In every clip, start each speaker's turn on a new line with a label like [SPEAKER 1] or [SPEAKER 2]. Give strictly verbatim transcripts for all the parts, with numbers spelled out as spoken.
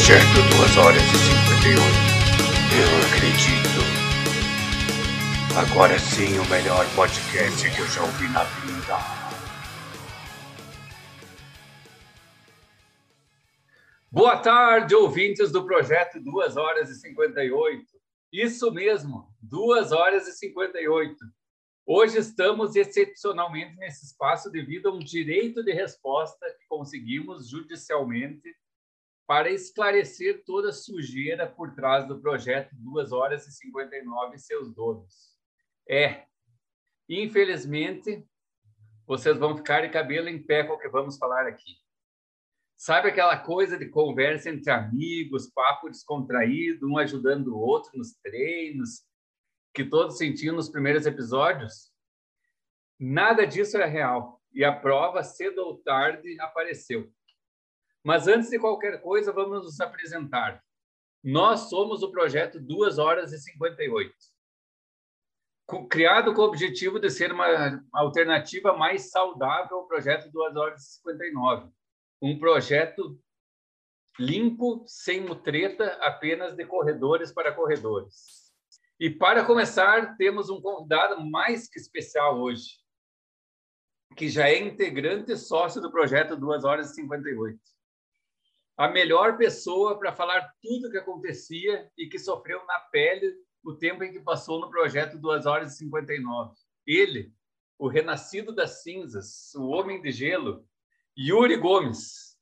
[SPEAKER 1] Projeto duas horas e cinquenta e oito. Eu acredito. Agora sim, o melhor podcast que eu já ouvi na vida. Boa tarde, ouvintes do Projeto duas horas e cinquenta e oito. Isso mesmo, duas horas e cinquenta e oito. Hoje estamos excepcionalmente nesse espaço devido a um direito de resposta que conseguimos judicialmente para esclarecer toda a sujeira por trás do projeto duas horas e cinquenta e nove e seus donos. É, infelizmente, vocês vão ficar de cabelo em pé com o que vamos falar aqui. Sabe aquela coisa de conversa entre amigos, papo descontraído, um ajudando o outro nos treinos, que todos sentiam nos primeiros episódios? Nada disso é real, e a prova, cedo ou tarde, apareceu. Mas antes de qualquer coisa, vamos nos apresentar. Nós somos o projeto duas horas e cinquenta e oito. Criado com o objetivo de ser uma alternativa mais saudável ao projeto duas horas e cinquenta e nove. Um projeto limpo, sem mutreta, apenas de corredores para corredores. E para começar, temos um convidado mais que especial hoje, que já é integrante e sócio do projeto duas horas e cinquenta e oito. A melhor pessoa para falar tudo o que acontecia e que sofreu na pele o tempo em que passou no projeto duas horas e cinquenta e nove. Ele, o renascido das cinzas, o homem de gelo, Yuri Gomes.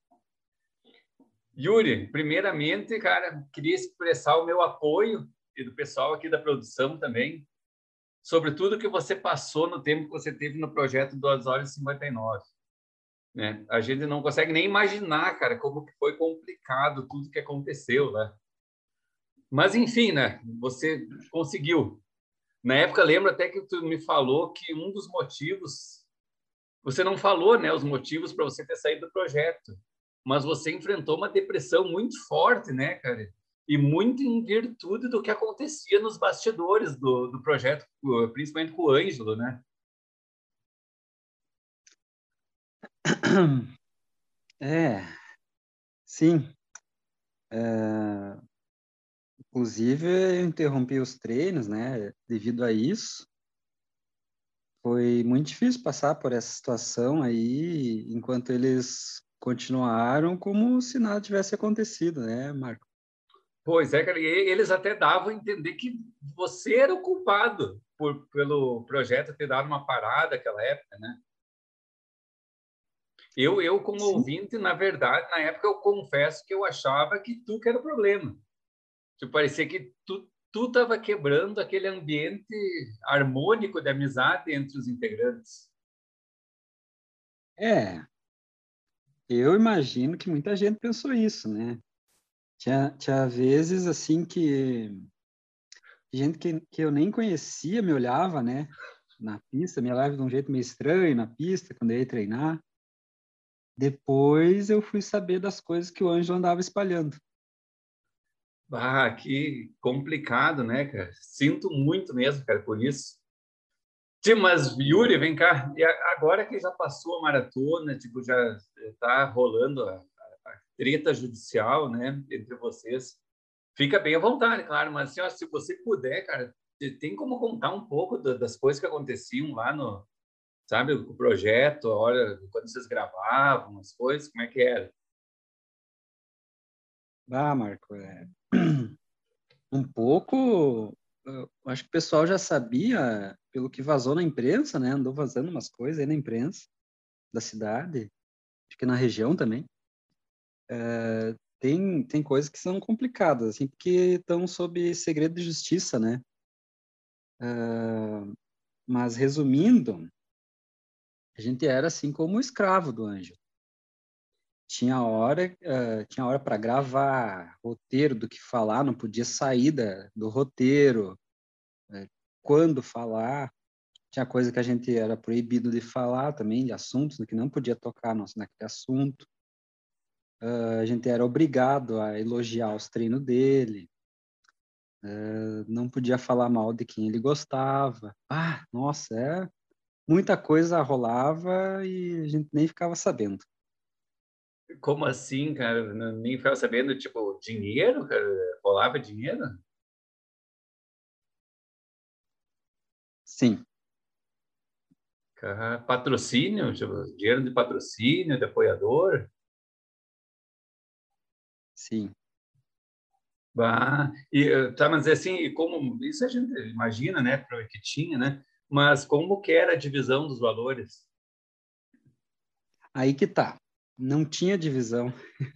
[SPEAKER 1] Yuri, primeiramente, cara, queria expressar o meu apoio e do pessoal aqui da produção também, sobre tudo que você passou no tempo que você teve no projeto duas horas e cinquenta e nove. Né? A gente não consegue nem imaginar, cara, como que foi complicado tudo que aconteceu, né? Mas, enfim, né? Você conseguiu. Na época, lembro até que tu me falou que um dos motivos... Você não falou, né, os motivos para você ter saído do projeto, mas você enfrentou uma depressão muito forte, né, cara? E muito em virtude do que acontecia nos bastidores do, do projeto, principalmente com o Ângelo, né?
[SPEAKER 2] É, sim. É, inclusive, eu interrompi os treinos, né? Devido a isso, foi muito difícil passar por essa situação aí, enquanto eles continuaram como se nada tivesse acontecido, né, Marco?
[SPEAKER 1] Pois é, cara, e eles até davam a entender que você era o culpado por, pelo projeto ter dado uma parada naquela época, né? Eu, eu, como
[SPEAKER 2] Sim.
[SPEAKER 1] ouvinte, na verdade, na época eu confesso que eu achava que tu que era o problema. Tipo, parecia que tu tu estava quebrando aquele ambiente harmônico de amizade entre os integrantes.
[SPEAKER 2] É, eu imagino que muita gente pensou isso, né? Tinha, tinha vezes, assim, que gente que, que eu nem conhecia me olhava, né? Na pista, me olhava de um jeito meio estranho na pista, quando eu ia treinar. Depois eu fui saber das coisas que o Ângelo andava espalhando.
[SPEAKER 1] Ah, que complicado, né, cara? Sinto muito mesmo, cara, por isso. Sim, mas Yuri, vem cá. E agora que já passou a maratona, tipo, já está rolando a, a treta judicial, né, entre vocês. Fica bem à vontade, claro, mas assim, ó, se você puder, cara, tem como contar um pouco das coisas que aconteciam lá no, sabe, o projeto, a hora quando vocês gravavam, as coisas, como é que era?
[SPEAKER 2] Ah, Marco, é... um pouco, eu acho que o pessoal já sabia, pelo que vazou na imprensa, né? Andou vazando umas coisas aí na imprensa da cidade, acho que na região também. É, tem, tem coisas que são complicadas, assim, porque estão sob segredo de justiça, né? É, mas, resumindo, a gente era assim como o escravo do anjo. Tinha hora, uh, tinha hora para gravar, roteiro do que falar, não podia sair da, do roteiro, uh, quando falar. Tinha coisa que a gente era proibido de falar também, de assuntos que não podia tocar nosso, naquele assunto. Uh, a gente era obrigado a elogiar os treinos dele, uh, não podia falar mal de quem ele gostava. Ah, nossa, é, muita coisa rolava e a gente nem ficava sabendo.
[SPEAKER 1] Como assim, cara? Não- Nem ficava sabendo, tipo, dinheiro, cara? Rolava dinheiro?
[SPEAKER 2] Sim,
[SPEAKER 1] Cara, patrocínio, tipo, dinheiro de patrocínio, de apoiador?
[SPEAKER 2] sim.
[SPEAKER 1] Bah, e, eh, tá, mas assim, e como, isso a gente imagina, né, pro que tinha, né? Mas como que era a divisão dos valores?
[SPEAKER 2] Aí que tá. Não tinha divisão.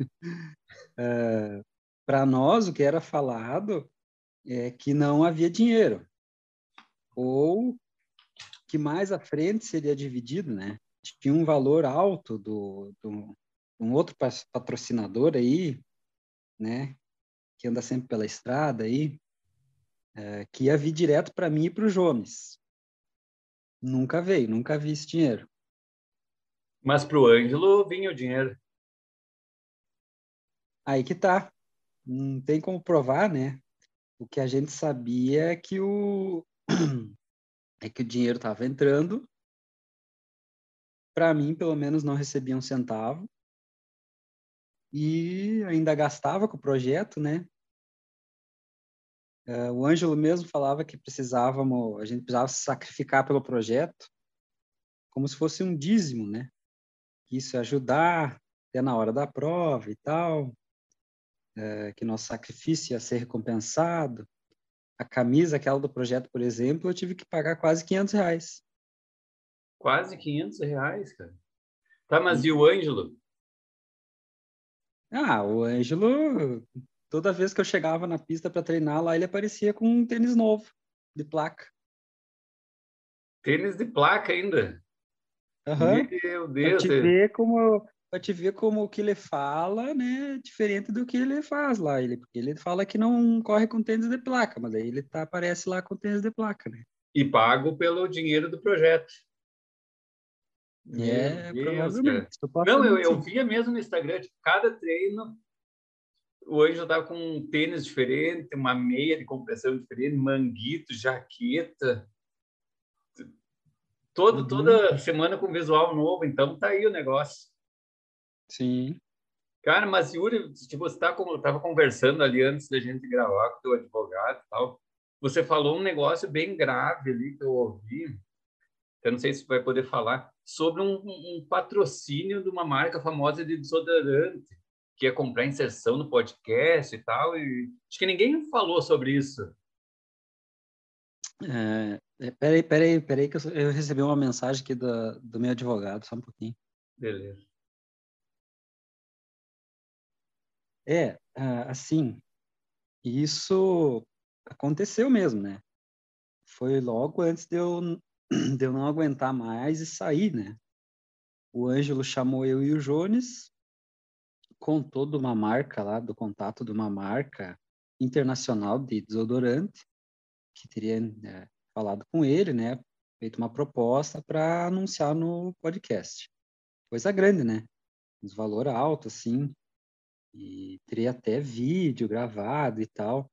[SPEAKER 2] Para nós, o que era falado é que não havia dinheiro. Ou que mais à frente seria dividido, né? Tinha um valor alto do, do um outro pa- patrocinador aí, né? Que anda sempre pela estrada aí, é, que ia vir direto para mim e para o Jones. Nunca veio, nunca vi esse dinheiro.
[SPEAKER 1] Mas pro Ângelo vinha o dinheiro.
[SPEAKER 2] Aí que tá. Não tem como provar, né? O que a gente sabia é que o é que o dinheiro estava entrando. Para mim, pelo menos, não recebia um centavo e ainda gastava com o projeto, né? Uh, o Ângelo mesmo falava que precisávamos, a gente precisava se sacrificar pelo projeto, como se fosse um dízimo, né? Que isso ia ajudar até na hora da prova e tal, uh, que nosso sacrifício ia ser recompensado. A camisa, aquela do projeto, por exemplo, eu tive que pagar quase quinhentos reais.
[SPEAKER 1] Quase quinhentos reais, cara. Tá, mas
[SPEAKER 2] E,
[SPEAKER 1] e o Ângelo?
[SPEAKER 2] ah, o Ângelo, toda vez que eu chegava na pista para treinar lá, ele aparecia com um tênis novo, de placa.
[SPEAKER 1] Tênis de placa ainda.
[SPEAKER 2] Aham.
[SPEAKER 1] Meu
[SPEAKER 2] Para
[SPEAKER 1] Deus.
[SPEAKER 2] te
[SPEAKER 1] é-
[SPEAKER 2] ver como para te ver como o que ele fala, né, é diferente do que ele faz lá. Ele, porque ele fala que não corre com tênis de placa, mas aí ele tá, aparece lá com tênis de placa, né?
[SPEAKER 1] E pago pelo dinheiro do projeto. Meu
[SPEAKER 2] É,
[SPEAKER 1] Deus,
[SPEAKER 2] provavelmente,
[SPEAKER 1] cara. Não, eu,
[SPEAKER 2] supostamente
[SPEAKER 1] eu
[SPEAKER 2] sim.
[SPEAKER 1] via mesmo no Instagram, tipo, cada treino, o Ângelo tava com um tênis diferente, uma meia de compressão diferente, manguito, jaqueta, todo,
[SPEAKER 2] Uhum,
[SPEAKER 1] toda semana com visual novo, então tá aí o negócio.
[SPEAKER 2] sim.
[SPEAKER 1] Cara, mas Yuri, tipo, você tá, como eu tava conversando ali antes da gente gravar com o teu advogado e tal, você falou um negócio bem grave ali que eu ouvi, eu não sei se vai poder falar, sobre um, um um patrocínio de uma marca famosa de desodorante, que ia comprar inserção no podcast e tal, e acho que ninguém falou sobre isso.
[SPEAKER 2] É, é, peraí, peraí, peraí, que eu, eu recebi uma mensagem aqui do, do meu advogado, só um pouquinho.
[SPEAKER 1] Beleza.
[SPEAKER 2] É, ah, assim, isso aconteceu mesmo, né? Foi logo antes de eu, de eu não aguentar mais e sair, né? O Ângelo chamou eu e o Jones, contou de uma marca lá, do contato de uma marca internacional de desodorante, que teria é, falado com ele, né? Feito uma proposta para anunciar no podcast. Coisa grande, né? Uns valor alto, assim, e teria até vídeo gravado e tal.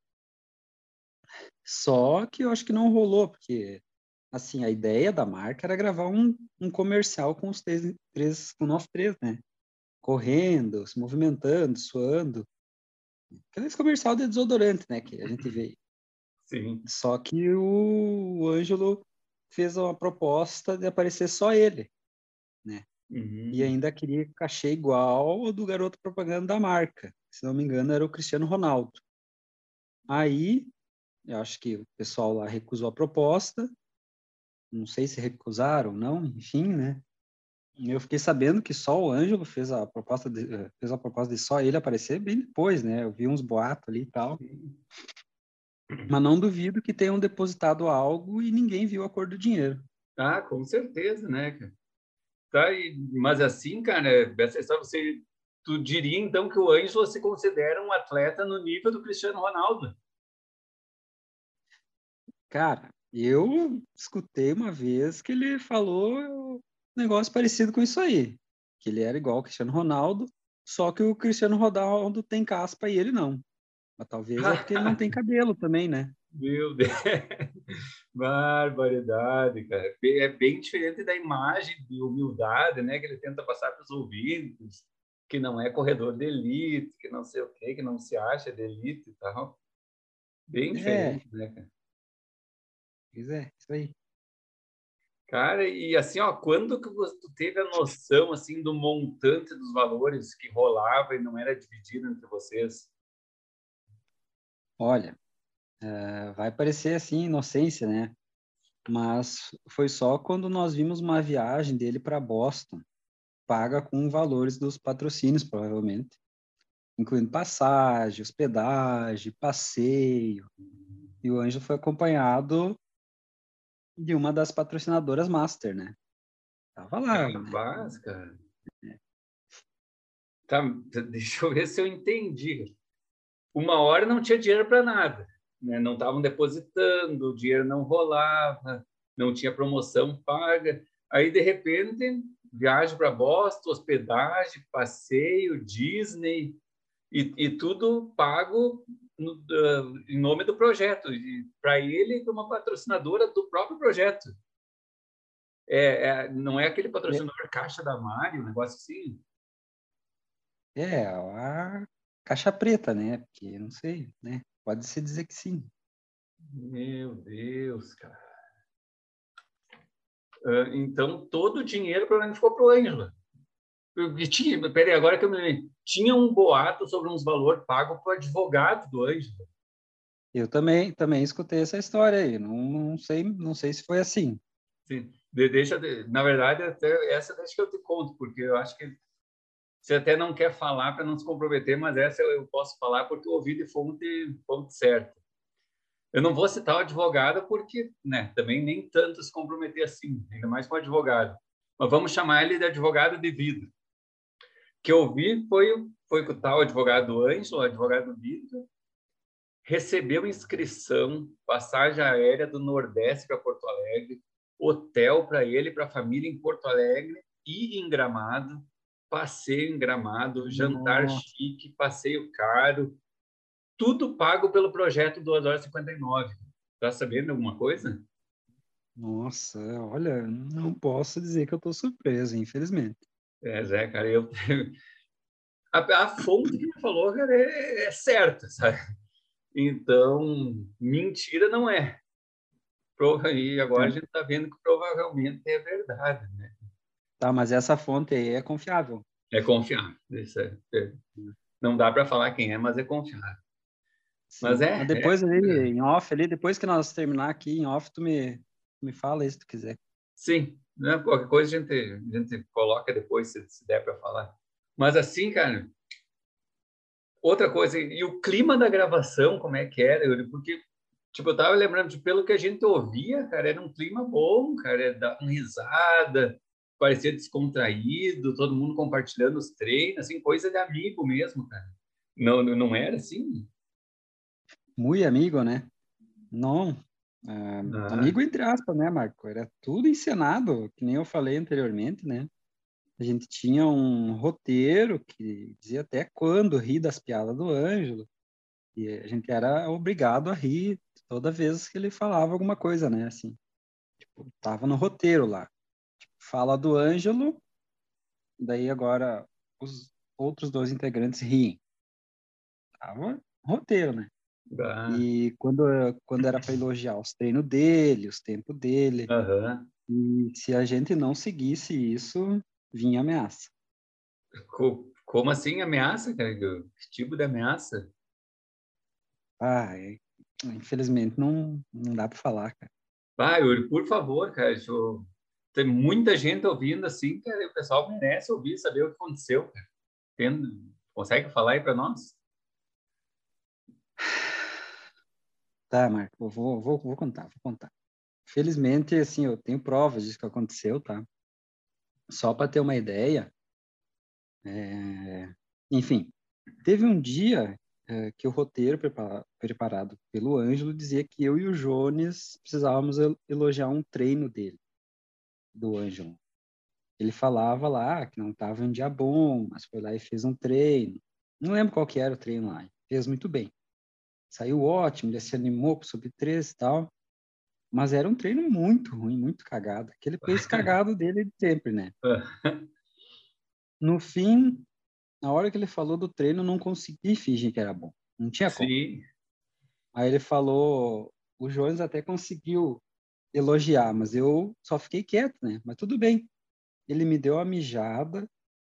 [SPEAKER 2] Só que eu acho que não rolou, porque, assim, a ideia da marca era gravar um, um comercial com os três, três, com nós três, né? Correndo, se movimentando, suando. Aqueles comercial de desodorante, né, que a gente vê.
[SPEAKER 1] Sim.
[SPEAKER 2] Só que o, o Ângelo fez uma proposta de aparecer só ele, né? E
[SPEAKER 1] Uhum.
[SPEAKER 2] ainda queria cachê igual ao do garoto propaganda da marca. Se não me engano, era o Cristiano Ronaldo. Aí, eu acho que o pessoal lá recusou a proposta. Não sei se recusaram ou não, enfim, né? E eu fiquei sabendo que só o Ângelo fez a proposta de, eh, fez a proposta de só ele aparecer bem depois, né? Eu vi uns boatos ali e tal.
[SPEAKER 1] Sim.
[SPEAKER 2] Mas não duvido que tenham depositado algo e ninguém viu a cor do dinheiro.
[SPEAKER 1] Ah, com certeza, né, cara? Tá, e, mas assim, cara, essa história, você, tu diria então que o Ângelo se considera um atleta no nível do Cristiano Ronaldo?
[SPEAKER 2] Cara, eu escutei uma vez que ele falou um negócio parecido com isso aí, que ele era igual ao Cristiano Ronaldo, só que o Cristiano Ronaldo tem caspa e ele não. Mas talvez é porque ele não tem cabelo também, né?
[SPEAKER 1] Meu Deus, barbaridade, cara. É bem diferente da imagem de humildade, né, que ele tenta passar para os ouvintes. que não é corredor de elite, que não sei o quê, que não se acha de elite e tal. Bem diferente,
[SPEAKER 2] É,
[SPEAKER 1] né, cara?
[SPEAKER 2] pois é, isso aí.
[SPEAKER 1] Cara, e assim, ó, quando que você tu teve a noção, assim, do montante dos valores que rolava e não era dividido entre vocês?
[SPEAKER 2] Olha, eh, vai parecer assim inocência, né? Mas foi só quando nós vimos uma viagem dele para Boston, paga com valores dos patrocínios, provavelmente, incluindo passagem, hospedagem, passeio. E o Ângelo foi acompanhado de uma das patrocinadoras Master, né? Tava lá, né?
[SPEAKER 1] Capaz, cara. Tá, deixa eu ver se eu entendi. Uma hora não tinha dinheiro para nada, né? Não estavam depositando, o dinheiro não rolava, não tinha promoção paga. Aí, de repente, viagem para Boston, hospedagem, passeio, Disney, e, e tudo pago no, uh, em nome do projeto, para ele e para uma patrocinadora do próprio projeto. É, é, não é aquele patrocinador Caixa da Mari, um negócio assim?
[SPEAKER 2] É, a caixa preta, né? Porque não sei, né? Pode-se dizer que sim.
[SPEAKER 1] Meu Deus, cara. Uh, então, todo o dinheiro provavelmente ficou para o Ângelo. Tinha, peraí, agora que eu me lembro, tinha um boato sobre uns valores pagos para o advogado do Ângelo.
[SPEAKER 2] Eu também, também escutei essa história aí. Não, não sei, não sei se foi assim.
[SPEAKER 1] Sim, de, deixa, de, na verdade, até essa deixa que eu te conto, porque eu acho que você até não quer falar para não se comprometer, mas essa eu, eu posso falar porque eu ouvi de fonte, fonte certa. Eu não vou citar o advogado porque, né, também nem tanto se comprometer assim, ainda mais com o advogado. Mas vamos chamar ele de advogado de vida. O que eu vi foi, foi que o tal advogado Ângelo, advogado Vitor, recebeu inscrição, passagem aérea do Nordeste para Porto Alegre, hotel para ele e para a família em Porto Alegre e em Gramado, passeio em Gramado, jantar
[SPEAKER 2] Nossa,
[SPEAKER 1] chique, passeio caro, tudo pago pelo projeto duas horas e cinquenta e nove. Tá sabendo alguma coisa?
[SPEAKER 2] nossa, olha, não posso dizer que eu tô surpreso, infelizmente.
[SPEAKER 1] É, Zé, cara, eu... A, a fonte que me falou, cara, é, é certa, sabe? Então, mentira não é. E agora a
[SPEAKER 2] Então,
[SPEAKER 1] gente está vendo que provavelmente é verdade, né?
[SPEAKER 2] tá, mas essa fonte aí é confiável.
[SPEAKER 1] É confiável. Isso é, é. Não dá para falar quem é, mas é confiável. Mas
[SPEAKER 2] Sim.
[SPEAKER 1] é,
[SPEAKER 2] Mas
[SPEAKER 1] é,
[SPEAKER 2] depois ali, em off ali, depois que nós terminar aqui em off, tu me, me fala aí se tu quiser.
[SPEAKER 1] sim. Né? Qualquer coisa a gente, a gente coloca depois, se, se der para falar. Mas assim, cara, outra coisa, e o clima da gravação, como é que era? Eu, porque, tipo, eu tava lembrando de pelo que a gente ouvia, cara, era um clima bom, cara, era dar uma risada, parecia descontraído, todo mundo compartilhando os treinos, assim, coisa de amigo mesmo, cara. Não, não era assim?
[SPEAKER 2] Muito amigo, né? Não, ah,
[SPEAKER 1] Ah,
[SPEAKER 2] amigo entre aspas, né, Marco? Era tudo encenado, que nem eu falei anteriormente, né? A gente tinha um roteiro que dizia até quando rir das piadas do Ângelo, e a gente era obrigado a rir toda vez que ele falava alguma coisa, né? Assim, tipo, tava no roteiro lá. Fala do Ângelo, daí agora os outros dois integrantes riem. Tava no roteiro, né?
[SPEAKER 1] ah,
[SPEAKER 2] E quando, quando era para elogiar os treinos dele, os tempos dele,
[SPEAKER 1] aham.
[SPEAKER 2] e se a gente não seguisse isso, vinha ameaça.
[SPEAKER 1] Co- Como assim ameaça, cara? Que tipo de ameaça?
[SPEAKER 2] Ah, é- infelizmente não, não dá para falar, cara.
[SPEAKER 1] Vai, Yuri, por favor, cara, deixa eu- tem muita gente ouvindo assim, cara, e o pessoal merece ouvir, saber o que aconteceu, cara. Tem... Consegue falar aí para nós?
[SPEAKER 2] Tá, Marco, eu vou, vou, vou contar, vou contar. Felizmente, assim, eu tenho provas disso que aconteceu, tá? Só para ter uma ideia, é, enfim, teve um dia é, que o roteiro prepara- preparado pelo Ângelo dizia que eu e o Jones precisávamos el- elogiar um treino dele, do Ângelo. Ele falava lá que não estava em dia bom, mas foi lá e fez um treino. Não lembro qual que era o treino lá. Fez muito bem. Saiu ótimo, ele se animou com o sub três e tal. Mas era um treino muito ruim, muito cagado. Aquele pace cagado dele de sempre, né? No fim, na hora que ele falou do treino, eu não consegui fingir que era bom. Não tinha como.
[SPEAKER 1] Sim.
[SPEAKER 2] Aí ele falou, o Jones até conseguiu elogiar, mas eu só fiquei quieto, né? Mas tudo bem. Ele me deu a mijada,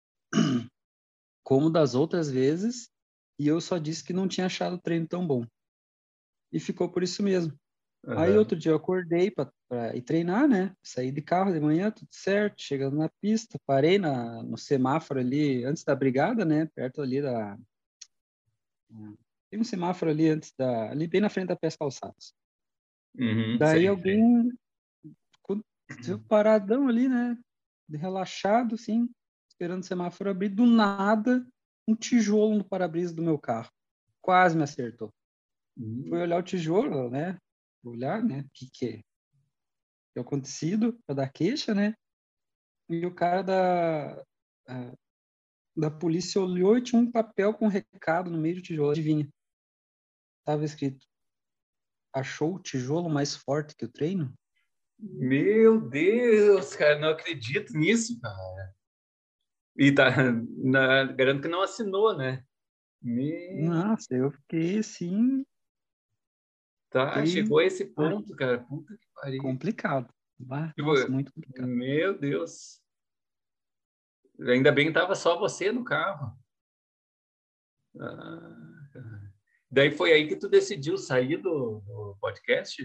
[SPEAKER 2] como das outras vezes, e eu só disse que não tinha achado o treino tão bom. E ficou por isso mesmo. Aí
[SPEAKER 1] Aham.
[SPEAKER 2] outro dia eu acordei para ir treinar, né? Saí de carro de manhã, tudo certo, chegando na pista, parei na, no semáforo ali, antes da brigada, né? Perto ali da... Tem um semáforo ali antes da... ali bem na frente da Pesca Calçados.
[SPEAKER 1] Uhum,
[SPEAKER 2] Daí
[SPEAKER 1] sei, sei.
[SPEAKER 2] alguém ficou paradão ali, né? Relaxado, assim, esperando o semáforo abrir. Do nada, um tijolo no para-brisa do meu carro. Quase me acertou. Fui
[SPEAKER 1] Uhum.
[SPEAKER 2] olhar o tijolo, né? Olhar, né? O que que é que é acontecido para dar queixa, né? E o cara da, a- da polícia olhou e tinha um papel com um recado no meio do tijolo. Adivinha? Tava escrito: achou o tijolo mais forte que o treino?
[SPEAKER 1] Meu Deus, cara, não acredito nisso, cara. E tá, na, garanto que não assinou, né? Me...
[SPEAKER 2] Nossa, eu fiquei assim,
[SPEAKER 1] Tá,
[SPEAKER 2] fiquei
[SPEAKER 1] chegou a esse
[SPEAKER 2] ah,
[SPEAKER 1] ponto, cara. Puta que pariu.
[SPEAKER 2] complicado. Ah,
[SPEAKER 1] Tipo,
[SPEAKER 2] nossa, muito complicado.
[SPEAKER 1] meu Deus. Ainda bem que tava só você no carro. Ah, cara. Daí foi aí que tu decidiu sair do, do podcast?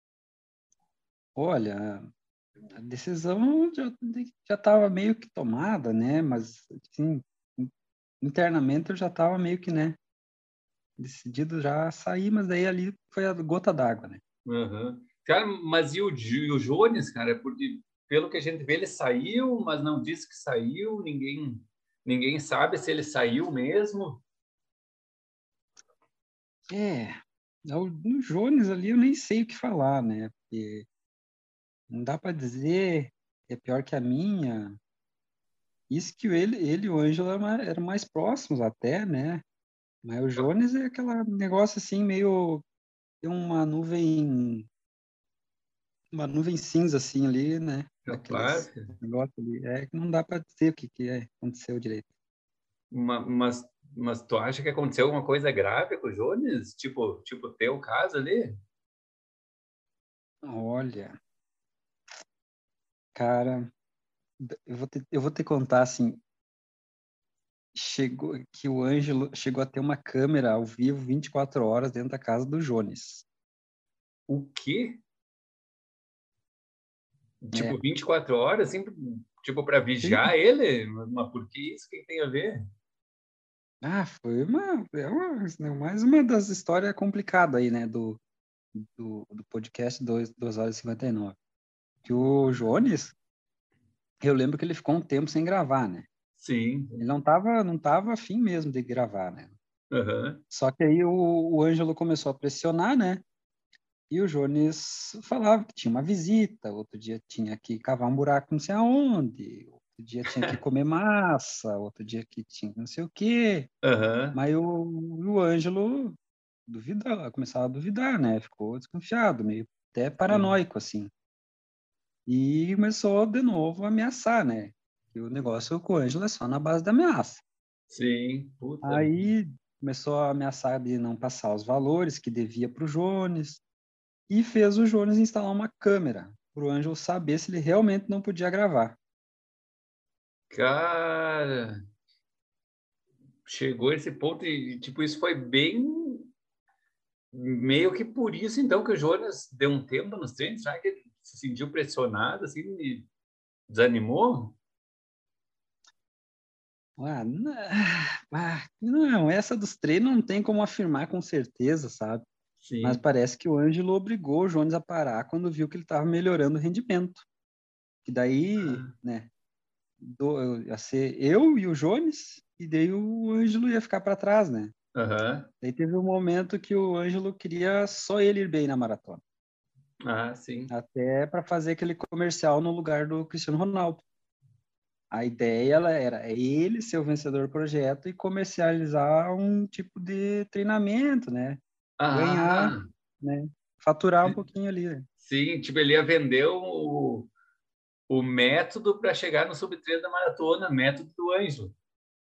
[SPEAKER 2] Olha, a decisão já já estava meio que tomada, né? Mas assim, internamente eu já estava meio que, né, decidido já a sair, mas daí ali foi a gota d'água, né?
[SPEAKER 1] Aham. Cara, mas e o, Ju- e o Jones, cara? Porque pelo que a gente vê, ele saiu, mas não disse que saiu. Ninguém, ninguém sabe se ele saiu mesmo.
[SPEAKER 2] É, o, o Jones ali eu nem sei o que falar, né? Porque não dá para dizer que é pior que a minha. Isso que ele, ele e o Ângelo eram mais, eram mais próximos até, né? Mas o Jones é aquele negócio assim, meio... Tem uma nuvem... Uma nuvem cinza, assim, ali, né?
[SPEAKER 1] Capaz,
[SPEAKER 2] Daqueles
[SPEAKER 1] cara.
[SPEAKER 2] negócios ali. É que não dá para dizer o que, que é, aconteceu direito.
[SPEAKER 1] Ma- Mas, mas tu acha que aconteceu alguma coisa grave com o Jones? Tipo, tipo teu caso ali?
[SPEAKER 2] Olha, cara, eu vou te, eu vou te contar, assim, chegou que o Ângelo chegou a ter uma câmera ao vivo vinte e quatro horas dentro da casa do Jones.
[SPEAKER 1] O quê? Tipo,
[SPEAKER 2] É,
[SPEAKER 1] vinte e quatro horas, assim, tipo, para
[SPEAKER 2] sim.
[SPEAKER 1] vigiar ele? Mas por que isso? O que tem a ver?
[SPEAKER 2] Ah, foi uma, é uma, né, mais uma das histórias complicadas aí, né, do, do, do podcast dois duas horas e cinquenta e nove. Que o Jones, eu lembro que ele ficou um tempo sem gravar, né?
[SPEAKER 1] Sim.
[SPEAKER 2] Ele não tava, não tava afim mesmo de gravar, né?
[SPEAKER 1] Aham.
[SPEAKER 2] Só que aí o, o Ângelo começou a pressionar, né? E o Jones falava que tinha uma visita, outro dia tinha que cavar um buraco não sei aonde, outro dia tinha que comer massa, outro dia que tinha não sei o quê.
[SPEAKER 1] Aham.
[SPEAKER 2] Mas o, o Ângelo duvidava, começava a duvidar, né? Ficou desconfiado, meio até
[SPEAKER 1] Sim.
[SPEAKER 2] paranoico, assim. E começou de novo a ameaçar, né? Que o negócio com o Ângelo é só na base da ameaça.
[SPEAKER 1] Sim. Puta.
[SPEAKER 2] Aí começou a ameaçar de não passar os valores que devia para o Jones e fez o Jones instalar uma câmera para o Ângelo saber se ele realmente não podia gravar.
[SPEAKER 1] Cara, chegou esse ponto e, tipo, isso foi bem meio que por isso, então, que o Jonas deu um tempo nos treinos, será que ele se sentiu pressionado, assim, e desanimou?
[SPEAKER 2] Ah, n- ah, não, essa dos treinos não tem como afirmar com certeza, sabe? Mas
[SPEAKER 1] Sim.
[SPEAKER 2] parece que o Ângelo obrigou o Jones a parar quando viu que ele estava melhorando o rendimento. Que daí,
[SPEAKER 1] Ah,
[SPEAKER 2] né, do, ia ser eu e o Jones, e daí o Ângelo ia ficar para trás, né?
[SPEAKER 1] aham.
[SPEAKER 2] Daí teve um momento que o Ângelo queria só ele ir bem na maratona,
[SPEAKER 1] Ah, sim.
[SPEAKER 2] até para fazer aquele comercial no lugar do Cristiano Ronaldo. A ideia ela era é ele ser o vencedor do projeto e comercializar um tipo de treinamento, né? Ganhar,
[SPEAKER 1] Ah,
[SPEAKER 2] né? Faturar um pouquinho ali, né?
[SPEAKER 1] sim, tipo, ele ia vender o, o método para chegar no sub três da maratona, método do Ângelo.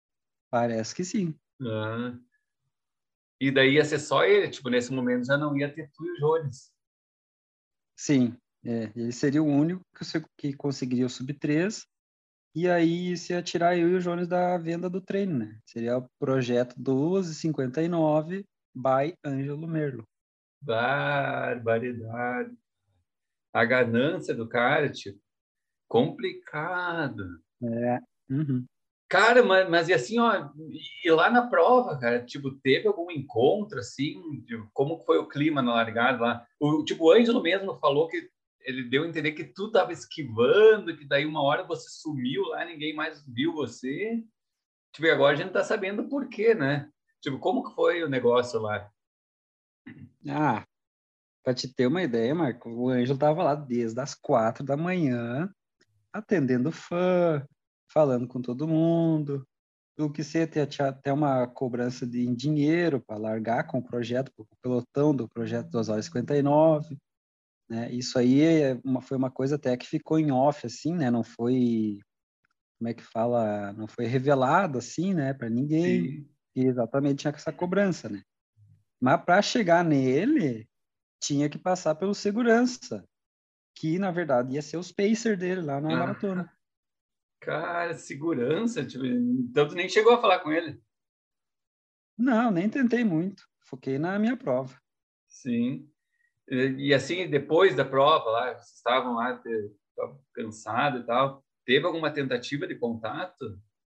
[SPEAKER 2] Parece que sim.
[SPEAKER 1] Ah. E daí ia ser só ele, tipo, nesse momento já não ia ter tu e o Jones.
[SPEAKER 2] Sim, é, ele seria o único que, se- que conseguiria o sub três, e aí isso ia tirar eu e o Jones da venda do treino, né? Seria o projeto doze cinquenta e nove by Ângelo Merlo.
[SPEAKER 1] Barbaridade. A ganância do cara, tipo, complicado.
[SPEAKER 2] É, uhum.
[SPEAKER 1] Cara, mas, mas e assim, ó, e lá na prova, cara, tipo, teve algum encontro, assim, de como foi o clima na largada lá? O, tipo, o Ângelo mesmo falou que ele deu a entender que tu tava esquivando, que daí uma hora você sumiu lá, ninguém mais viu você. Tipo, e agora a gente tá sabendo por quê, né? Tipo, como que foi o negócio lá?
[SPEAKER 2] Ah, para te ter uma ideia, Marco, o Ângelo tava lá desde as quatro da manhã, atendendo fã, falando com todo mundo. O que você tinha tinha até uma cobrança de em dinheiro para largar com o projeto, com o pelotão do projeto duas horas e cinquenta e nove, né? Isso aí é uma, foi uma coisa até que ficou em off, assim, né? Não foi, como é que fala, não foi revelado, assim, né, para ninguém,
[SPEAKER 1] Sim.
[SPEAKER 2] e exatamente tinha essa cobrança, né? Mas para chegar nele, tinha que passar pelo segurança, que na verdade ia ser os pacer dele lá na
[SPEAKER 1] Ah,
[SPEAKER 2] maratona.
[SPEAKER 1] cara, segurança, tipo, então tu nem chegou a falar com ele.
[SPEAKER 2] Não, nem tentei muito, foquei na minha prova.
[SPEAKER 1] Sim. E, e assim, depois da prova lá, vocês estavam lá, te- estavam cansados e tal, teve alguma tentativa de contato?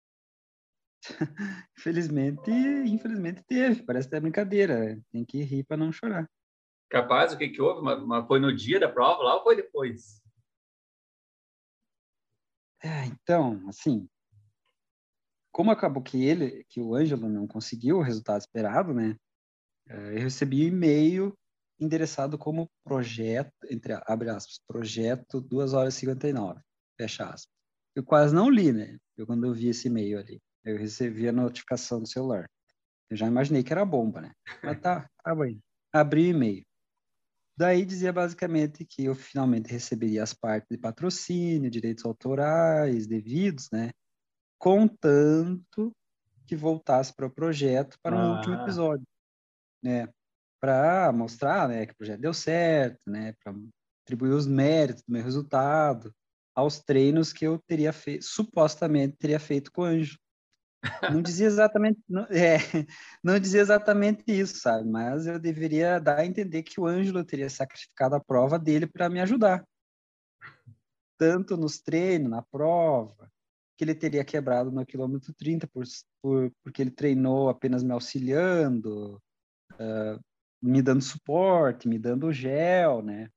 [SPEAKER 2] Infelizmente, infelizmente teve, parece até brincadeira, tem que rir para não chorar.
[SPEAKER 1] Capaz, o que que houve? Mas, mas foi no dia da prova lá ou foi depois?
[SPEAKER 2] É, então, assim, como acabou que ele, que o Ângelo não conseguiu o resultado esperado, né? eh, Eu recebi um e-mail endereçado como projeto, entre abre aspas, projeto duas horas e cinquenta e nove, fecha aspas. Eu quase não li, né? Eu quando eu vi esse e-mail ali, eu recebi a notificação do celular. Eu já imaginei que era bomba, né? Mas tá, tá bem. Abri o e-mail. Daí dizia basicamente que eu finalmente receberia as partes de patrocínio, direitos autorais devidos, né? Contanto que voltasse para o projeto para um último
[SPEAKER 1] Ah,
[SPEAKER 2] episódio, né? Para mostrar, né, que o projeto deu certo, né? Para atribuir os méritos do meu resultado aos treinos que eu teria feito, supostamente teria feito com o Anjo. Não dizia exatamente, não, é, não dizia exatamente isso, sabe? Mas eu deveria dar a entender que o Ângelo teria sacrificado a prova dele para me ajudar, tanto nos treinos, na prova, que ele teria quebrado no quilômetro trinta por, por, porque ele treinou apenas me auxiliando, me dando suporte, me dando gel, né?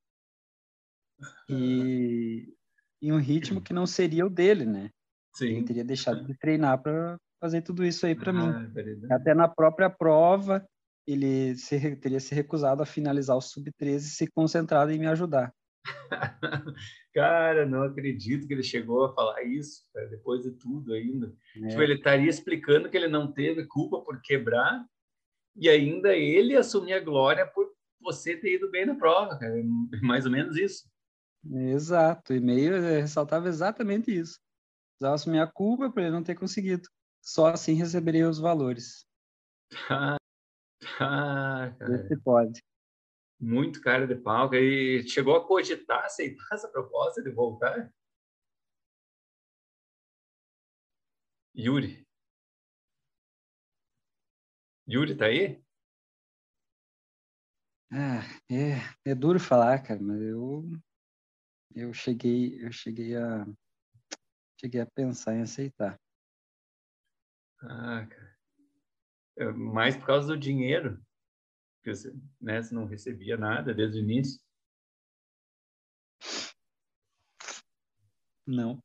[SPEAKER 2] E em um ritmo que não seria o dele, né? Ele
[SPEAKER 1] sim.
[SPEAKER 2] teria deixado de treinar para fazer tudo isso aí para mim.
[SPEAKER 1] Ah, verdade.
[SPEAKER 2] Até na própria prova, ele se, teria se recusado a finalizar o sub treze e se concentrado em me ajudar.
[SPEAKER 1] Cara, não acredito que ele chegou a falar isso, cara, depois de tudo ainda. Tipo,
[SPEAKER 2] Né?
[SPEAKER 1] ele estaria explicando que ele não teve culpa por quebrar e ainda ele assumir a glória por você ter ido bem na prova, cara. É mais ou menos isso.
[SPEAKER 2] Exato, o e-mail eh, ressaltava exatamente isso. Precisava assumir a culpa por ele não ter conseguido. Só assim receberia os valores.
[SPEAKER 1] Ah,
[SPEAKER 2] Vê
[SPEAKER 1] cara,
[SPEAKER 2] se pode.
[SPEAKER 1] muito cara de pau. E chegou a cogitar, aceitar essa proposta de voltar? Yuri. Yuri tá aí?
[SPEAKER 2] Ah, é, é duro falar, cara, mas eu, eu cheguei, eu cheguei a, cheguei a pensar em aceitar.
[SPEAKER 1] Ah, cara. É mais por causa do dinheiro, que você, né, você não recebia nada desde o início.
[SPEAKER 2] Não,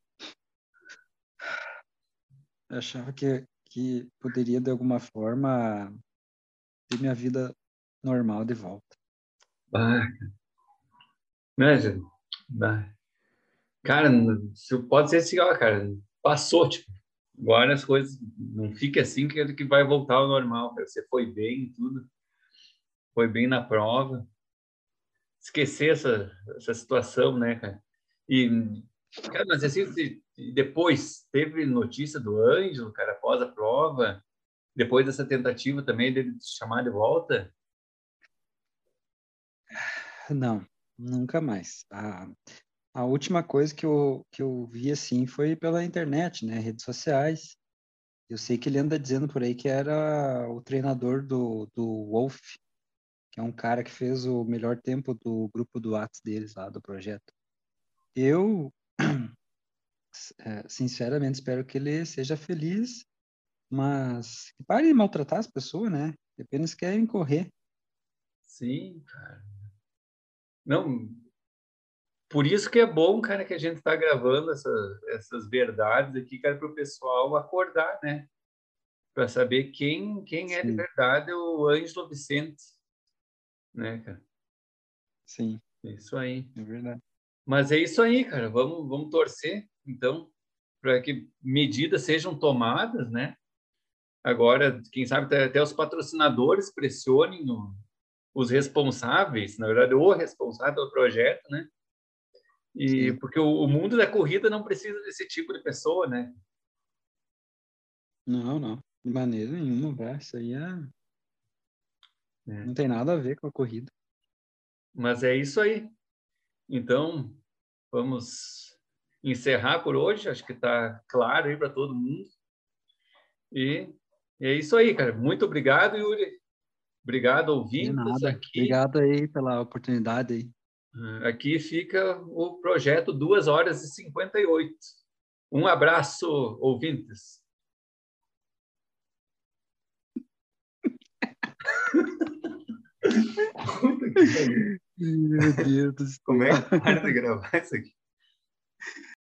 [SPEAKER 2] eu achava que, que poderia, de alguma forma, ter minha vida normal de volta.
[SPEAKER 1] Ah, né, gente? Ah, cara, se- pode ser assim, ó, cara, passou, tipo, agora as coisas não fica assim que, que vai voltar ao normal, cara. Você foi bem em tudo, foi bem na prova. Esquecer essa, essa situação, né, cara? E Cara, mas assim, depois teve notícia do Ângelo, cara, após a prova, depois dessa tentativa também dele te chamar de volta?
[SPEAKER 2] Não, nunca mais. A, a última coisa que eu, que eu vi, assim, foi pela internet, né? Redes sociais. Eu sei que ele anda dizendo por aí que era o treinador do, do Wolf, que é um cara que fez o melhor tempo do grupo do Whats deles lá, do projeto. Eu, é, sinceramente, espero que ele seja feliz, mas que pare de maltratar as pessoas, né? Que apenas querem correr.
[SPEAKER 1] Sim, cara. Não, por isso que é bom, cara, que a gente está gravando essa, essas verdades aqui, cara, para o pessoal acordar, né? Para saber quem, quem é de
[SPEAKER 2] Sim,
[SPEAKER 1] verdade o Ângelo Vicente, né, cara?
[SPEAKER 2] sim,
[SPEAKER 1] É isso aí.
[SPEAKER 2] é verdade.
[SPEAKER 1] Mas é isso aí, cara. Vamos, vamos torcer, então, para que medidas sejam tomadas, né? Agora, quem sabe até, até os patrocinadores pressionem o, os responsáveis, na verdade, o responsável pelo projeto, né? E
[SPEAKER 2] Sim.
[SPEAKER 1] porque o, o mundo da corrida não precisa desse tipo de pessoa, né?
[SPEAKER 2] Não, não, de maneira nenhuma, velho. Isso aí é...
[SPEAKER 1] É.
[SPEAKER 2] não tem nada a ver com a corrida.
[SPEAKER 1] Mas é isso aí. Então, vamos encerrar por hoje. Acho que está claro aí para todo mundo. E, e é isso aí, cara. Muito obrigado, Yuri. Obrigado,
[SPEAKER 2] De
[SPEAKER 1] ouvintes.
[SPEAKER 2] nada.
[SPEAKER 1] Aqui,
[SPEAKER 2] Obrigado aí pela oportunidade aí.
[SPEAKER 1] aqui fica o projeto duas horas e cinquenta e oito. Um abraço, ouvintes. Puta que pariu.
[SPEAKER 2] Meu Deus do
[SPEAKER 1] Como
[SPEAKER 2] céu.
[SPEAKER 1] é que para de gravar isso aqui?